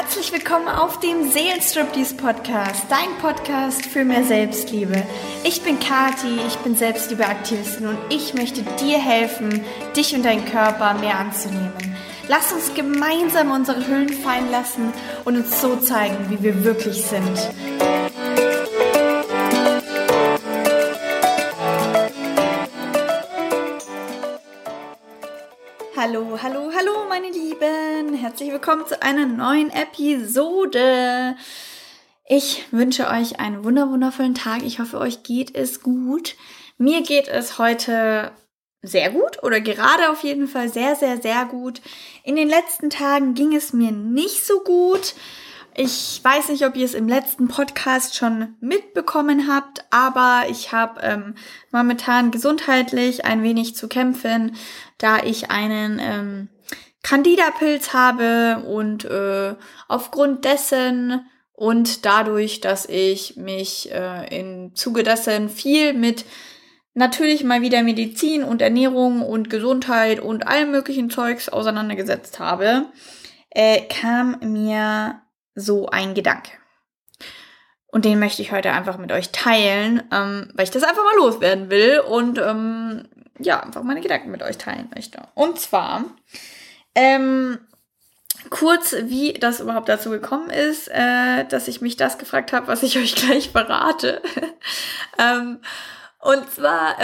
Herzlich willkommen auf dem Seelenstriptease-Podcast, dein Podcast für mehr Selbstliebe. Ich bin Kathi, ich bin Selbstliebeaktivistin und ich möchte dir helfen, dich und deinen Körper mehr anzunehmen. Lass uns gemeinsam unsere Hüllen fallen lassen und uns so zeigen, wie wir wirklich sind. Hallo, hallo, hallo meine Lieben, herzlich willkommen zu einer neuen Episode. Ich wünsche euch einen wundervollen Tag, ich hoffe euch geht es gut. Mir geht es heute sehr gut oder gerade auf jeden Fall sehr gut. In den letzten Tagen ging es mir nicht so gut. Ich weiß nicht, ob ihr es im letzten Podcast schon mitbekommen habt, aber ich habe momentan gesundheitlich ein wenig zu kämpfen, da ich einen Candida-Pilz habe und aufgrund dessen und dadurch, dass ich mich im Zuge dessen viel mit natürlich mal wieder Medizin und Ernährung und Gesundheit und allem möglichen Zeugs auseinandergesetzt habe, kam mir so ein Gedanke. Und den möchte ich heute einfach mit euch teilen, weil ich das einfach mal loswerden will und einfach meine Gedanken mit euch teilen möchte. Und zwar, kurz, wie das überhaupt dazu gekommen ist, dass ich mich das gefragt habe, was ich euch gleich verrate. Und zwar,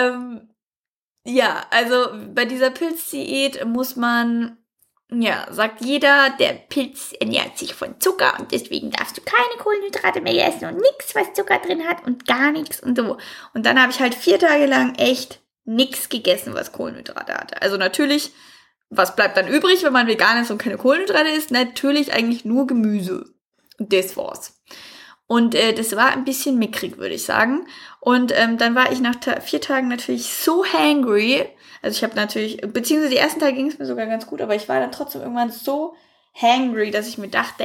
also bei dieser Pilzdiät muss man, sagt jeder, der Pilz ernährt sich von Zucker und deswegen darfst du keine Kohlenhydrate mehr essen und nichts, was Zucker drin hat und gar nichts und so. Und dann habe ich halt 4 Tage lang echt nichts gegessen, was Kohlenhydrate hatte. Also natürlich, was bleibt dann übrig, wenn man vegan ist und keine Kohlenhydrate isst? Natürlich eigentlich nur Gemüse. Und das war's. Und das war ein bisschen mickrig, würde ich sagen. Und dann war ich nach 4 Tagen natürlich so hangry. Also ich habe natürlich, beziehungsweise die ersten Tage ging es mir sogar ganz gut, aber ich war dann trotzdem irgendwann so hangry, dass ich mir dachte,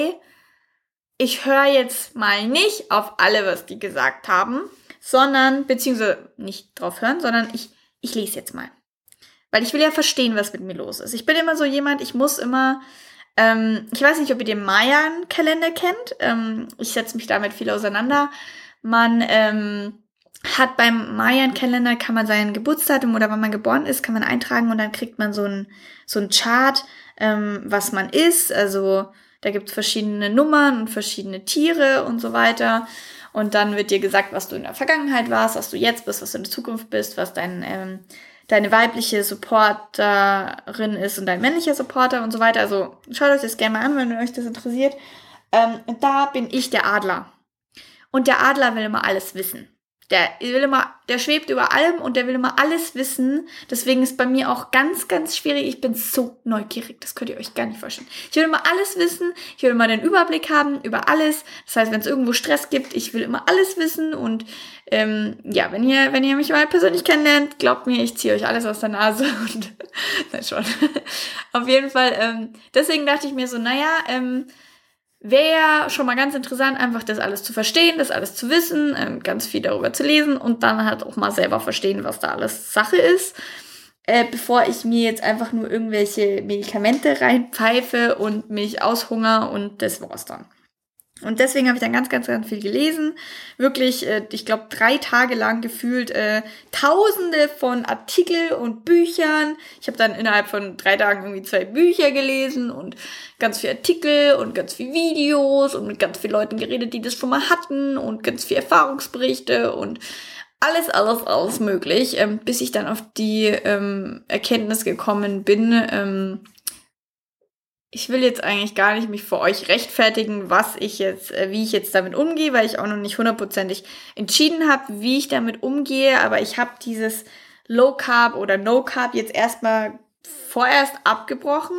ich höre jetzt mal nicht auf alle, was die gesagt haben, sondern, beziehungsweise nicht drauf hören, sondern ich lese jetzt mal. Weil ich will ja verstehen, was mit mir los ist. Ich bin immer so jemand, ich muss immer, ich weiß nicht, ob ihr den Mayan-Kalender kennt. Ich setze mich damit viel auseinander. Man hat beim Mayan-Kalender, kann man sein Geburtsdatum oder wann man geboren ist, kann man eintragen und dann kriegt man so ein Chart, was man ist. Also da gibt es verschiedene Nummern und verschiedene Tiere und so weiter. Und dann wird dir gesagt, was du in der Vergangenheit warst, was du jetzt bist, was du in der Zukunft bist, was deine weibliche Supporterin ist und dein männlicher Supporter und so weiter. Also schaut euch das gerne mal an, wenn euch das interessiert. Und da bin ich der Adler. Und der Adler will immer alles wissen. Der schwebt über allem und der will immer alles wissen. Deswegen ist bei mir auch ganz schwierig. Ich bin so neugierig, das könnt ihr euch gar nicht vorstellen. Ich will immer alles wissen, ich will immer den Überblick haben über alles. Das heißt, wenn es irgendwo Stress gibt, ich will immer alles wissen. Und wenn ihr mich mal persönlich kennenlernt, glaubt mir, ich ziehe euch alles aus der Nase. Und nein, schon. Auf jeden Fall, deswegen dachte ich mir so, wäre ja schon mal ganz interessant, einfach das alles zu verstehen, das alles zu wissen, ganz viel darüber zu lesen und dann halt auch mal selber verstehen, was da alles Sache ist, bevor ich mir jetzt einfach nur irgendwelche Medikamente reinpfeife und mich aushungere und das war's dann. Und deswegen habe ich dann ganz viel gelesen. Wirklich, ich glaube, 3 Tage lang gefühlt Tausende von Artikel und Büchern. Ich habe dann innerhalb von 3 Tagen irgendwie 2 Bücher gelesen und ganz viele Artikel und ganz viele Videos und mit ganz vielen Leuten geredet, die das schon mal hatten und ganz viele Erfahrungsberichte und alles möglich, bis ich dann auf die Erkenntnis gekommen bin, ich will jetzt eigentlich gar nicht mich vor euch rechtfertigen, wie ich jetzt damit umgehe, weil ich auch noch nicht 100%ig entschieden habe, wie ich damit umgehe, aber ich habe dieses Low Carb oder No Carb jetzt vorerst abgebrochen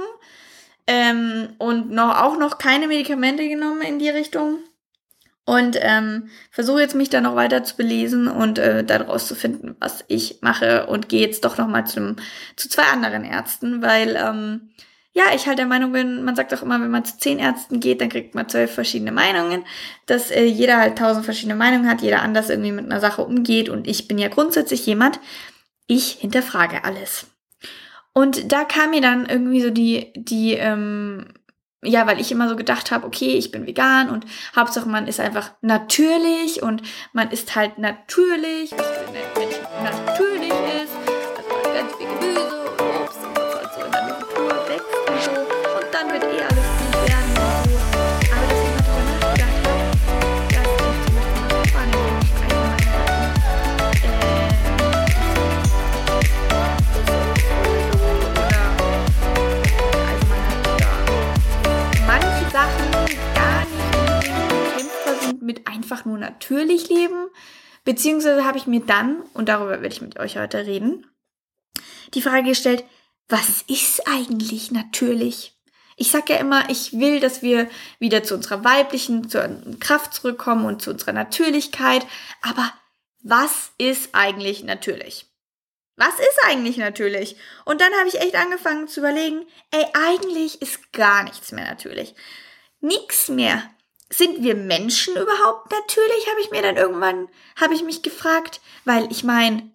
und noch keine Medikamente genommen in die Richtung und versuche jetzt mich da noch weiter zu belesen und dann rauszufinden, was ich mache und gehe jetzt doch nochmal zu 2 anderen Ärzten, weil ich halt der Meinung bin, man sagt auch immer, wenn man zu 10 Ärzten geht, dann kriegt man 12 verschiedene Meinungen, dass jeder halt 1000 verschiedene Meinungen hat, jeder anders irgendwie mit einer Sache umgeht und ich bin ja grundsätzlich jemand, ich hinterfrage alles. Und da kam mir dann irgendwie so die weil ich immer so gedacht habe, okay, ich bin vegan und Hauptsache man ist einfach natürlich und man ist halt natürlich, was für den Menschen natürlich ist, also ganz viel Gemüse und Obst und was halt so in der Natur wächst und so und dann wird alles gut werden und so. Aber dass ich mal drüber nachgedacht habe, dass ich zum Beispiel mein Papa eine Streichung manche Sachen gar nicht unbedingt bekämpfbar sind mit einfach nur natürlich leben. Beziehungsweise habe ich mir dann, und darüber werde ich mit euch heute reden, die Frage gestellt, was ist eigentlich natürlich? Ich sage ja immer, ich will, dass wir wieder zu unserer weiblichen, zur Kraft zurückkommen und zu unserer Natürlichkeit. Aber was ist eigentlich natürlich? Was ist eigentlich natürlich? Und dann habe ich echt angefangen zu überlegen, eigentlich ist gar nichts mehr natürlich. Nichts mehr. Sind wir Menschen überhaupt natürlich? Habe ich mich gefragt, weil ich meine,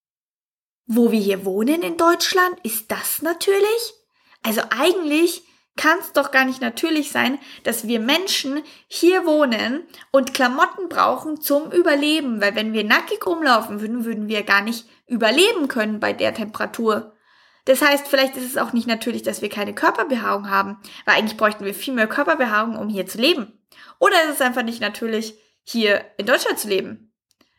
wo wir hier wohnen in Deutschland, ist das natürlich? Also eigentlich kann es doch gar nicht natürlich sein, dass wir Menschen hier wohnen und Klamotten brauchen zum Überleben, weil wenn wir nackig rumlaufen würden, würden wir gar nicht überleben können bei der Temperatur. Das heißt, vielleicht ist es auch nicht natürlich, dass wir keine Körperbehaarung haben, weil eigentlich bräuchten wir viel mehr Körperbehaarung, um hier zu leben. Oder ist es einfach nicht natürlich, hier in Deutschland zu leben?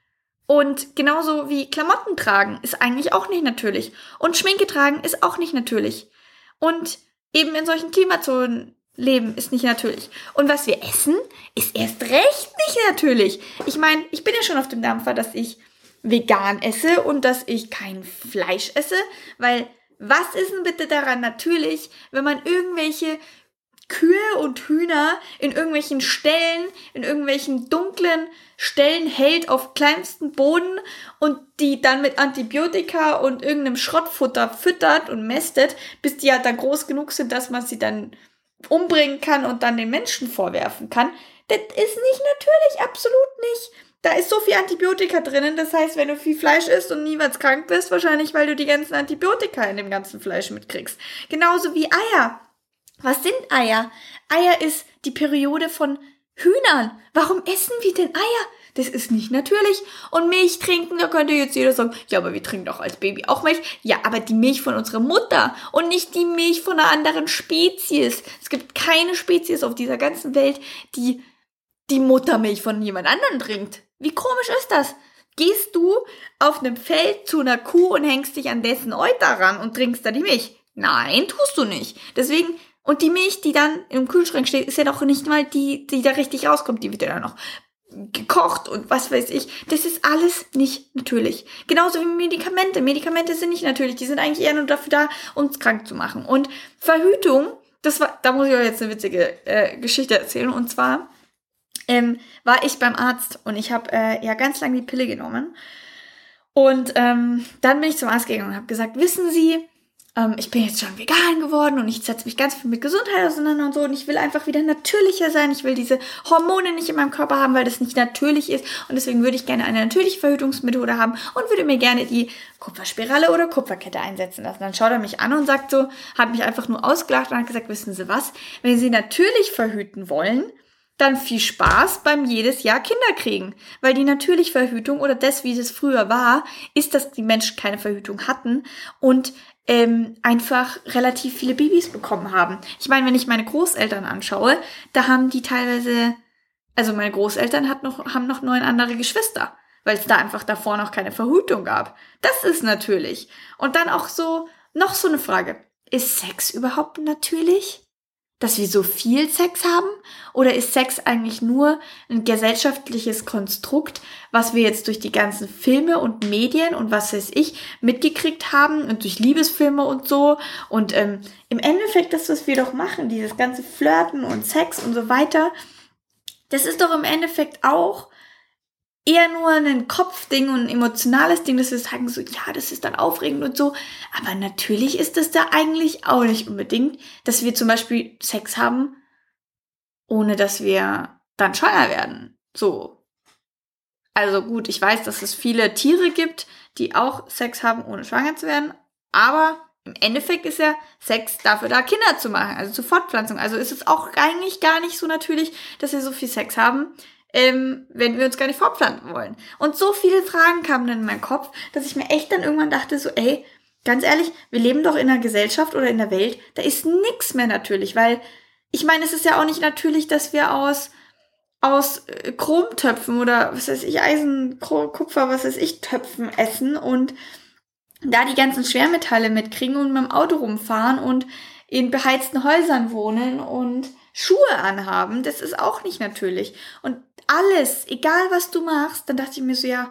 Und genauso wie Klamotten tragen ist eigentlich auch nicht natürlich. Und Schminke tragen ist auch nicht natürlich. Und eben in solchen Klimazonen leben ist nicht natürlich. Und was wir essen, ist erst recht nicht natürlich. Ich meine, ich bin ja schon auf dem Dampfer, dass ich vegan esse und dass ich kein Fleisch esse, weil was ist denn bitte daran natürlich, wenn man irgendwelche Kühe und Hühner in irgendwelchen Ställen, in irgendwelchen dunklen Stellen hält auf kleinstem Boden und die dann mit Antibiotika und irgendeinem Schrottfutter füttert und mästet, bis die halt dann groß genug sind, dass man sie dann umbringen kann und dann den Menschen vorwerfen kann. Das ist nicht natürlich, absolut nicht. Da ist so viel Antibiotika drinnen, das heißt, wenn du viel Fleisch isst und niemals krank bist, wahrscheinlich, weil du die ganzen Antibiotika in dem ganzen Fleisch mitkriegst. Genauso wie Eier. Was sind Eier? Eier ist die Periode von Hühnern. Warum essen wir denn Eier? Das ist nicht natürlich. Und Milch trinken, da könnte jetzt jeder sagen, ja, aber wir trinken doch als Baby auch Milch. Ja, aber die Milch von unserer Mutter und nicht die Milch von einer anderen Spezies. Es gibt keine Spezies auf dieser ganzen Welt, die die Muttermilch von jemand anderem trinkt. Wie komisch ist das? Gehst du auf einem Feld zu einer Kuh und hängst dich an dessen Euter ran und trinkst da die Milch? Nein, tust du nicht. Deswegen, und die Milch, die dann im Kühlschrank steht, ist ja doch nicht mal die da richtig rauskommt. Die wird ja dann noch gekocht und was weiß ich. Das ist alles nicht natürlich. Genauso wie Medikamente. Medikamente sind nicht natürlich. Die sind eigentlich eher nur dafür da, uns krank zu machen. Und Verhütung, da muss ich euch jetzt eine witzige Geschichte erzählen. Und zwar war ich beim Arzt und ich habe ganz lange die Pille genommen. Und dann bin ich zum Arzt gegangen und habe gesagt, wissen Sie, ich bin jetzt schon vegan geworden und ich setze mich ganz viel mit Gesundheit auseinander und so und ich will einfach wieder natürlicher sein. Ich will diese Hormone nicht in meinem Körper haben, weil das nicht natürlich ist und deswegen würde ich gerne eine natürliche Verhütungsmethode haben und würde mir gerne die Kupferspirale oder Kupferkette einsetzen lassen. Dann schaut er mich an und sagt so, hat mich einfach nur ausgelacht und hat gesagt, wissen Sie was, wenn Sie natürlich verhüten wollen, dann viel Spaß beim jedes Jahr Kinder kriegen. Weil die natürliche Verhütung oder das, wie es früher war, ist, dass die Menschen keine Verhütung hatten und einfach relativ viele Babys bekommen haben. Ich meine, wenn ich meine Großeltern anschaue, da haben die teilweise, also meine Großeltern haben noch 9 andere Geschwister, weil es da einfach davor noch keine Verhütung gab. Das ist natürlich. Und dann auch so, noch so eine Frage. Ist Sex überhaupt natürlich? Dass wir so viel Sex haben? Oder ist Sex eigentlich nur ein gesellschaftliches Konstrukt, was wir jetzt durch die ganzen Filme und Medien und was weiß ich mitgekriegt haben und durch Liebesfilme und so? Und im Endeffekt, das, was wir doch machen, dieses ganze Flirten und Sex und so weiter, das ist doch im Endeffekt auch eher nur ein Kopfding und ein emotionales Ding, dass wir sagen so, ja, das ist dann aufregend und so. Aber natürlich ist das da eigentlich auch nicht unbedingt, dass wir zum Beispiel Sex haben, ohne dass wir dann schwanger werden. So. Also gut, ich weiß, dass es viele Tiere gibt, die auch Sex haben, ohne schwanger zu werden. Aber im Endeffekt ist ja Sex dafür da, Kinder zu machen, also zur Fortpflanzung. Also ist es auch eigentlich gar nicht so natürlich, dass wir so viel Sex haben, wenn wir uns gar nicht fortpflanzen wollen. Und so viele Fragen kamen dann in meinen Kopf, dass ich mir echt dann irgendwann dachte so, ey, ganz ehrlich, wir leben doch in einer Gesellschaft oder in der Welt, da ist nichts mehr natürlich, weil ich meine, es ist ja auch nicht natürlich, dass wir aus Chromtöpfen oder was weiß ich, Eisen, Kupfer, was weiß ich, Töpfen essen und da die ganzen Schwermetalle mitkriegen und mit dem Auto rumfahren und in beheizten Häusern wohnen und Schuhe anhaben. Das ist auch nicht natürlich. Und alles, egal was du machst, dann dachte ich mir so, ja,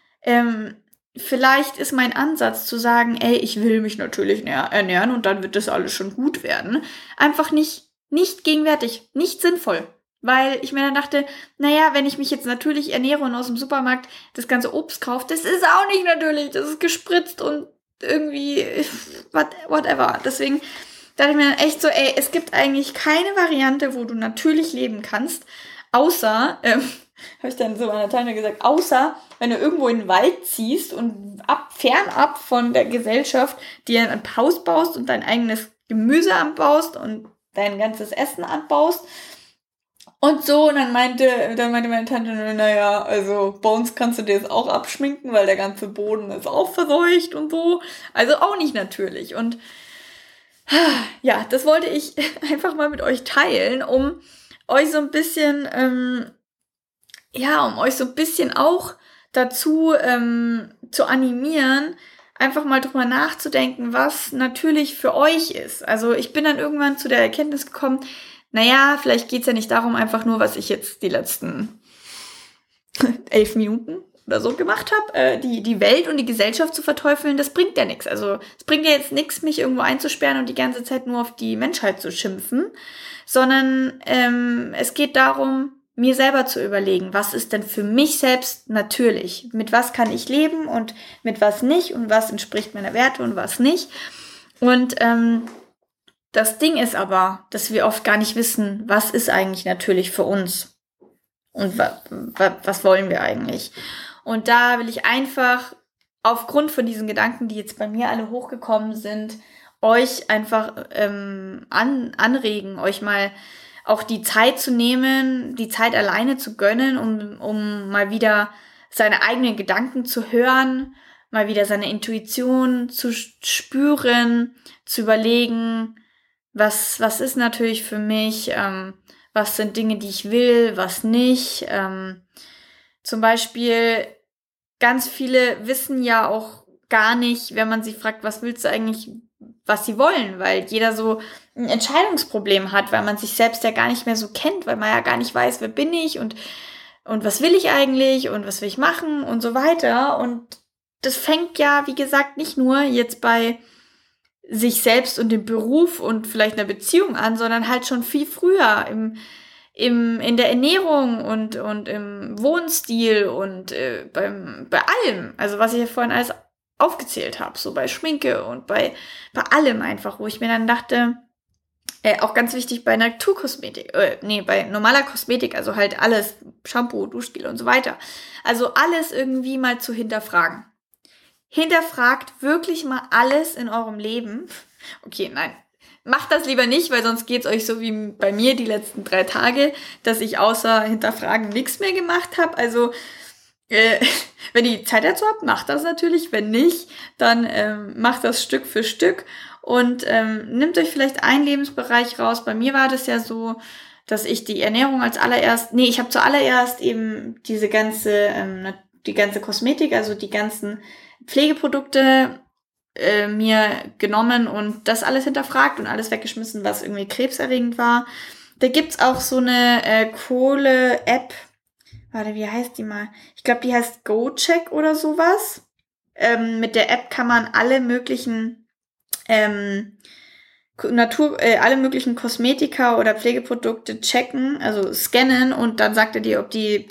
vielleicht ist mein Ansatz zu sagen, ey, ich will mich natürlich ernähren und dann wird das alles schon gut werden, einfach nicht gegenwärtig, nicht sinnvoll. Weil ich mir dann dachte, naja, wenn ich mich jetzt natürlich ernähre und aus dem Supermarkt das ganze Obst kaufe, das ist auch nicht natürlich, das ist gespritzt und irgendwie whatever. Deswegen dachte ich mir dann echt so, ey, es gibt eigentlich keine Variante, wo du natürlich leben kannst, außer, habe ich dann so meiner Tante gesagt, außer wenn du irgendwo in den Wald ziehst und fernab von der Gesellschaft dir ein Haus baust und dein eigenes Gemüse anbaust und dein ganzes Essen anbaust. Und so, und dann meinte meine Tante, naja, also bei uns kannst du dir das auch abschminken, weil der ganze Boden ist auch verseucht und so. Also auch nicht natürlich. Und ja, das wollte ich einfach mal mit euch teilen, um euch so ein bisschen, um euch so ein bisschen auch dazu zu animieren, einfach mal drüber nachzudenken, was natürlich für euch ist. Also ich bin dann irgendwann zu der Erkenntnis gekommen, naja, vielleicht geht's ja nicht darum, einfach nur, was ich jetzt die letzten 11 Minuten oder so gemacht habe, die Welt und die Gesellschaft zu verteufeln, das bringt ja nichts. Also es bringt ja jetzt nichts, mich irgendwo einzusperren und die ganze Zeit nur auf die Menschheit zu schimpfen, sondern es geht darum, mir selber zu überlegen, was ist denn für mich selbst natürlich? Mit was kann ich leben und mit was nicht und was entspricht meiner Werte und was nicht? Und das Ding ist aber, dass wir oft gar nicht wissen, was ist eigentlich natürlich für uns und was wollen wir eigentlich. Und da will ich einfach aufgrund von diesen Gedanken, die jetzt bei mir alle hochgekommen sind, euch einfach anregen, euch mal auch die Zeit zu nehmen, die Zeit alleine zu gönnen, um mal wieder seine eigenen Gedanken zu hören, mal wieder seine Intuition zu spüren, zu überlegen, was ist natürlich für mich, was sind Dinge, die ich will, was nicht. Zum Beispiel, ganz viele wissen ja auch gar nicht, wenn man sie fragt, was willst du eigentlich, was sie wollen, weil jeder so ein Entscheidungsproblem hat, weil man sich selbst ja gar nicht mehr so kennt, weil man ja gar nicht weiß, wer bin ich und was will ich eigentlich und was will ich machen und so weiter. Und das fängt ja, wie gesagt, nicht nur jetzt bei sich selbst und dem Beruf und vielleicht einer Beziehung an, sondern halt schon viel früher in der Ernährung und im Wohnstil und bei allem, also was ich ja vorhin alles aufgezählt habe, so bei Schminke und bei allem einfach, wo ich mir dann dachte, auch ganz wichtig bei Naturkosmetik, bei normaler Kosmetik, also halt alles, Shampoo, Duschgel und so weiter, also alles irgendwie mal zu hinterfragen. Hinterfragt wirklich mal alles in eurem Leben. Okay, nein. Macht das lieber nicht, weil sonst geht's euch so wie bei mir die letzten 3 Tage, dass ich außer hinterfragen nichts mehr gemacht habe. Also, wenn ihr die Zeit dazu habt, macht das natürlich. Wenn nicht, dann macht das Stück für Stück und nehmt euch vielleicht einen Lebensbereich raus. Bei mir war das ja so, dass ich die Ernährung ich habe zuallererst eben die ganze Kosmetik, also die ganzen Pflegeprodukte mir genommen und das alles hinterfragt und alles weggeschmissen, was irgendwie krebserregend war. Da gibt's auch so eine Kohle-App. Warte, wie heißt die mal? Ich glaube, die heißt GoCheck oder sowas. Mit der App kann man alle möglichen alle möglichen Kosmetika oder Pflegeprodukte checken, also scannen und dann sagt er dir, ob die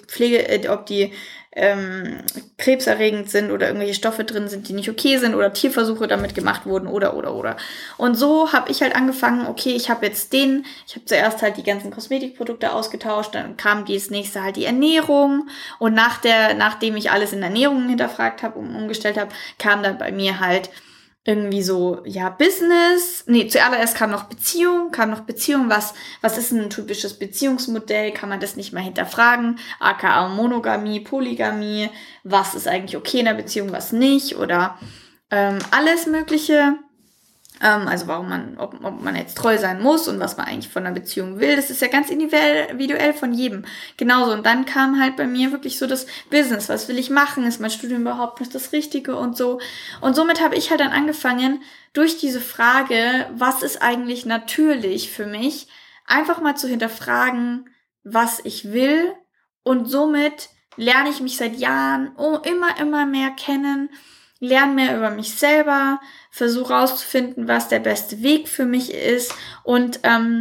krebserregend sind oder irgendwelche Stoffe drin sind, die nicht okay sind oder Tierversuche damit gemacht wurden oder. Und so habe ich halt angefangen, okay, ich habe zuerst halt die ganzen Kosmetikprodukte ausgetauscht, dann kam das nächste halt die Ernährung und nachdem ich alles in Ernährung hinterfragt habe und umgestellt habe, kam dann bei mir halt irgendwie so, ja, Business. Nee, zuallererst kam noch Beziehung, was ist ein typisches Beziehungsmodell? Kann man das nicht mal hinterfragen? aka Monogamie, Polygamie, was ist eigentlich okay in der Beziehung, was nicht? Oder alles Mögliche. Also ob man jetzt treu sein muss und was man eigentlich von einer Beziehung will, das ist ja ganz individuell von jedem. Genauso. Und dann kam halt bei mir wirklich so das Business. Was will ich machen? Ist mein Studium überhaupt nicht das Richtige und so? Und somit habe ich halt dann angefangen, durch diese Frage, was ist eigentlich natürlich für mich, einfach mal zu hinterfragen, was ich will. Und somit lerne ich mich seit Jahren immer mehr kennen, lerne mehr über mich selber, versuche rauszufinden, was der beste Weg für mich ist und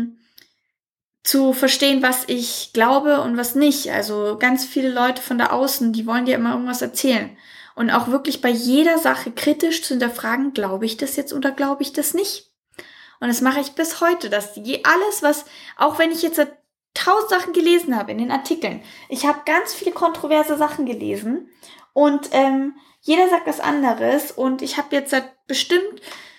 zu verstehen, was ich glaube und was nicht. Also ganz viele Leute von da außen, die wollen dir immer irgendwas erzählen. Und auch wirklich bei jeder Sache kritisch zu hinterfragen, glaube ich das jetzt oder glaube ich das nicht? Und das mache ich bis heute, dass alles, was, auch wenn ich jetzt 1000 Sachen gelesen habe in den Artikeln, ich habe ganz viele kontroverse Sachen gelesen und jeder sagt was anderes und ich habe jetzt bestimmt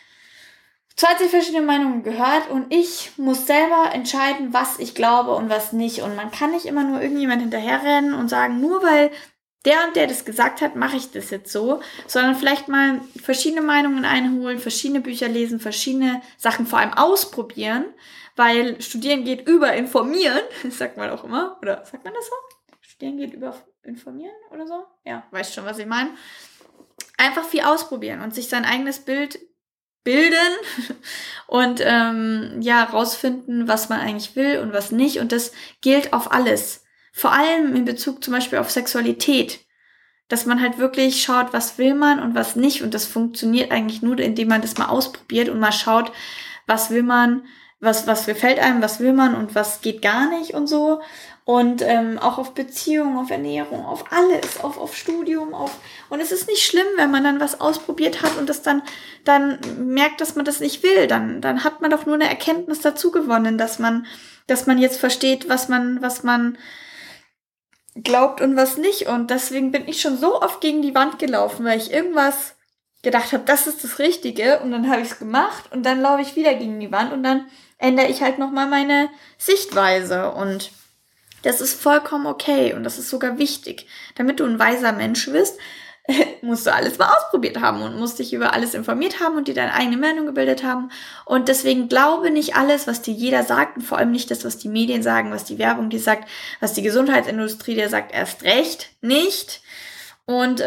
20 verschiedene Meinungen gehört und ich muss selber entscheiden, was ich glaube und was nicht. Und man kann nicht immer nur irgendjemand hinterherrennen und sagen, nur weil der und der das gesagt hat, mache ich das jetzt so, sondern vielleicht mal verschiedene Meinungen einholen, verschiedene Bücher lesen, verschiedene Sachen vor allem ausprobieren, weil Studieren geht über Informieren, das sagt man auch immer, oder sagt man das so? Studieren geht über Informieren oder so? Ja, weißt schon, was ich meine. Einfach viel ausprobieren und sich sein eigenes Bild bilden und rausfinden, was man eigentlich will und was nicht. Und das gilt auf alles. Vor allem in Bezug zum Beispiel auf Sexualität. Dass man halt wirklich schaut, was will man und was nicht. Und das funktioniert eigentlich nur, indem man das mal ausprobiert und mal schaut, was will man, was gefällt einem, was will man und was geht gar nicht und so. Und auch auf Beziehung, auf Ernährung, auf alles, auf Studium, und es ist nicht schlimm, wenn man dann was ausprobiert hat und das dann merkt, dass man das nicht will. Dann hat man doch nur eine Erkenntnis dazu gewonnen, dass man jetzt versteht, was man glaubt und was nicht. Und deswegen bin ich schon so oft gegen die Wand gelaufen, weil ich irgendwas gedacht habe, das ist das Richtige, und dann habe ich es gemacht und dann laufe ich wieder gegen die Wand und dann ändere ich halt nochmal meine Sichtweise, und das ist vollkommen okay und das ist sogar wichtig. Damit du ein weiser Mensch wirst, musst du alles mal ausprobiert haben und musst dich über alles informiert haben und dir deine eigene Meinung gebildet haben. Und deswegen glaube nicht alles, was dir jeder sagt, und vor allem nicht das, was die Medien sagen, was die Werbung dir sagt, was die Gesundheitsindustrie dir sagt, erst recht nicht. Und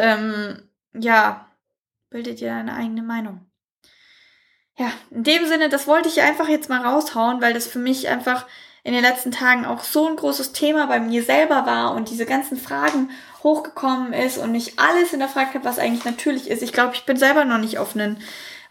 bilde dir deine eigene Meinung. Ja, in dem Sinne, das wollte ich einfach jetzt mal raushauen, weil das für mich einfach in den letzten Tagen auch so ein großes Thema bei mir selber war und diese ganzen Fragen hochgekommen ist und ich alles hinterfragt habe, was eigentlich natürlich ist. Ich glaube, ich bin selber noch nicht auf eine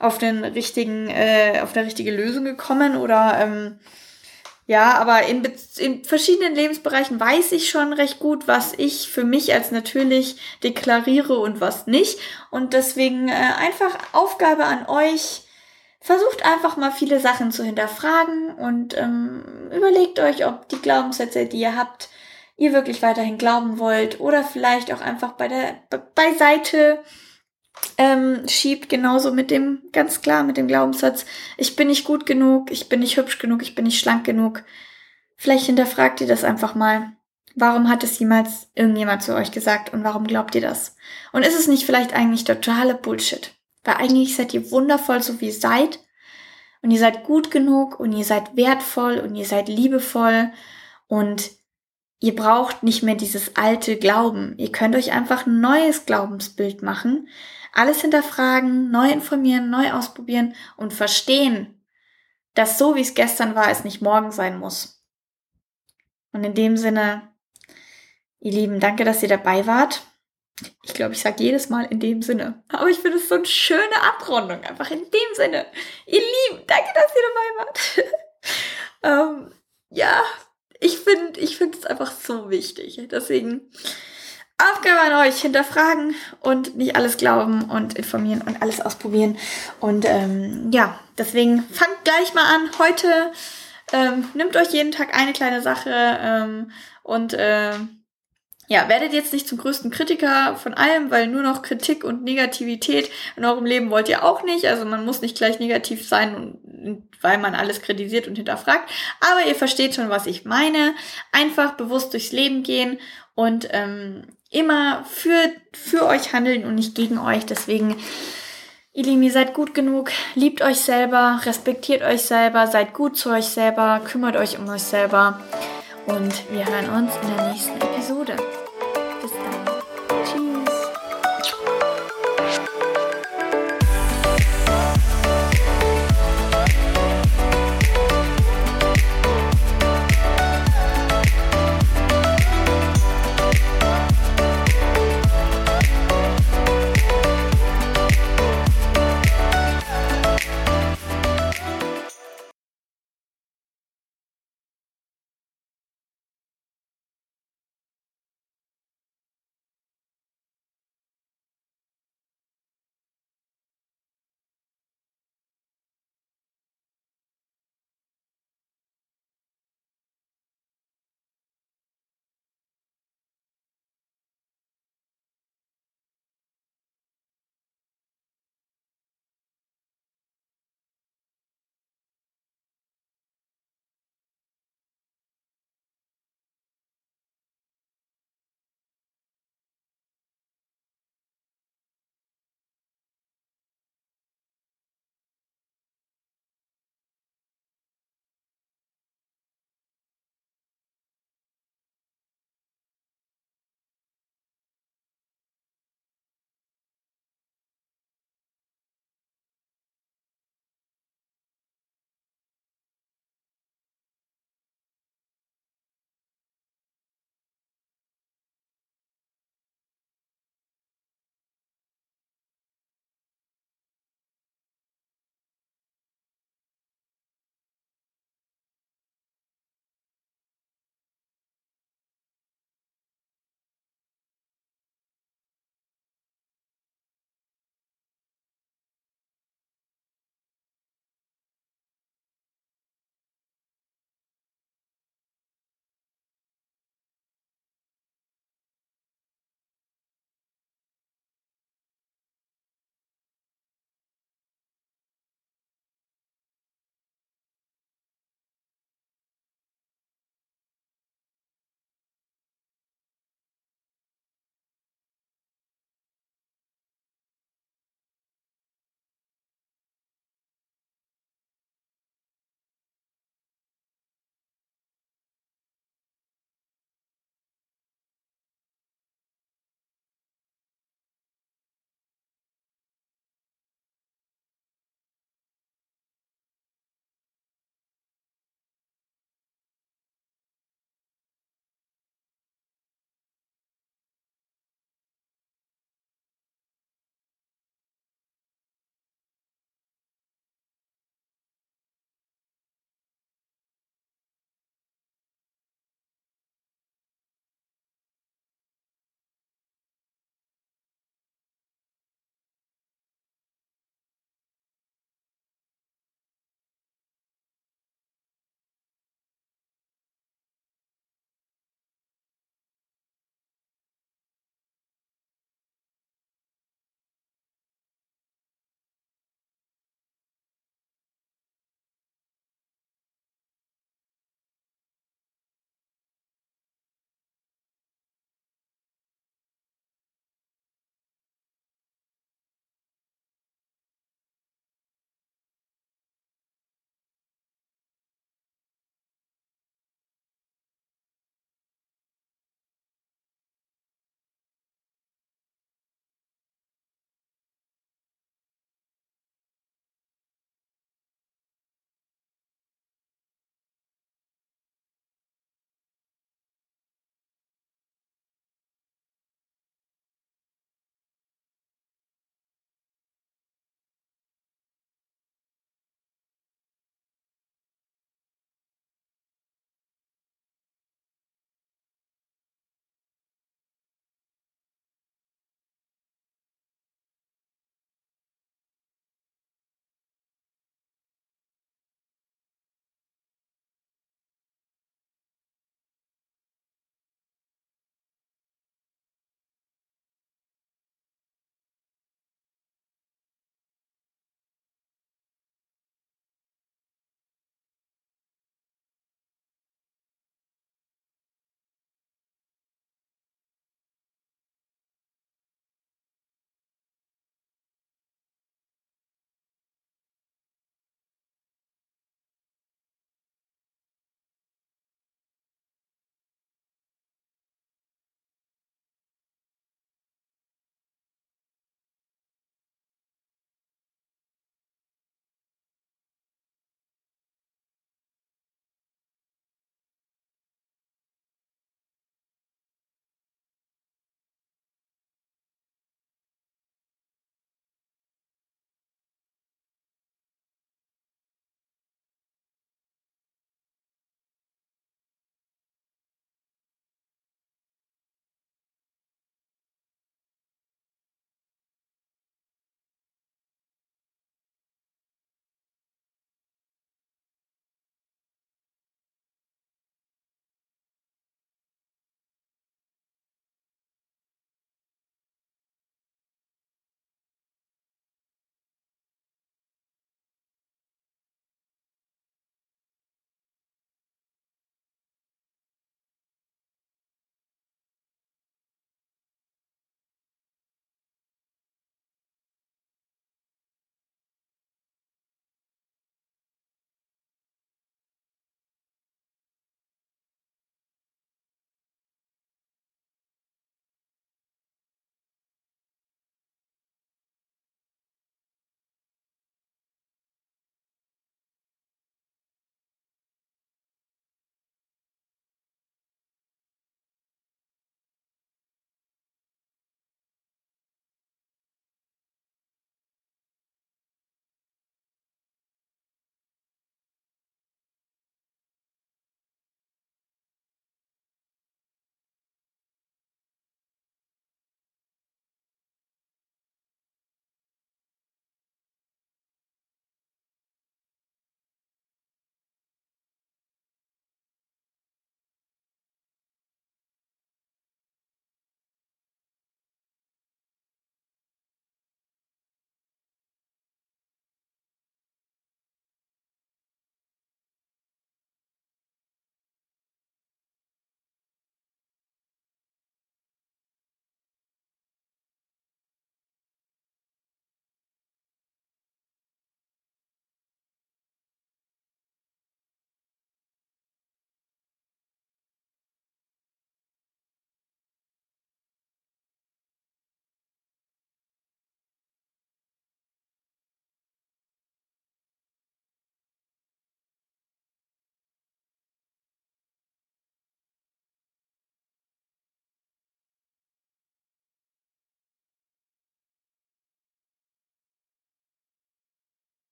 richtige Lösung gekommen oder aber in verschiedenen Lebensbereichen weiß ich schon recht gut, was ich für mich als natürlich deklariere und was nicht. Und deswegen einfach Aufgabe an euch: Versucht einfach mal viele Sachen zu hinterfragen und überlegt euch, ob die Glaubenssätze, die ihr habt, ihr wirklich weiterhin glauben wollt oder vielleicht auch einfach beiseite schiebt, genauso ganz klar mit dem Glaubenssatz, ich bin nicht gut genug, ich bin nicht hübsch genug, ich bin nicht schlank genug. Vielleicht hinterfragt ihr das einfach mal. Warum hat es jemals irgendjemand zu euch gesagt und warum glaubt ihr das? Und ist es nicht vielleicht eigentlich totale Bullshit? Weil eigentlich seid ihr wundervoll, so wie ihr seid. Und ihr seid gut genug und ihr seid wertvoll und ihr seid liebevoll. Und ihr braucht nicht mehr dieses alte Glauben. Ihr könnt euch einfach ein neues Glaubensbild machen. Alles hinterfragen, neu informieren, neu ausprobieren und verstehen, dass so wie es gestern war, es nicht morgen sein muss. Und in dem Sinne, ihr Lieben, danke, dass ihr dabei wart. Ich glaube, ich sage jedes Mal in dem Sinne. Aber ich finde es so eine schöne Abrundung. Einfach in dem Sinne. Ihr Lieben, danke, dass ihr dabei wart. Ich finde es einfach so wichtig. Deswegen Aufgabe an euch: Hinterfragen und nicht alles glauben und informieren und alles ausprobieren. Und deswegen fangt gleich mal an. Heute nehmt euch jeden Tag eine kleine Sache und ja, werdet jetzt nicht zum größten Kritiker von allem, weil nur noch Kritik und Negativität in eurem Leben wollt ihr auch nicht. Also man muss nicht gleich negativ sein, weil man alles kritisiert und hinterfragt. Aber ihr versteht schon, was ich meine. Einfach bewusst durchs Leben gehen und immer für euch handeln und nicht gegen euch. Deswegen, ihr Lieben, ihr seid gut genug, liebt euch selber, respektiert euch selber, seid gut zu euch selber, kümmert euch um euch selber. Und wir hören uns in der nächsten Episode.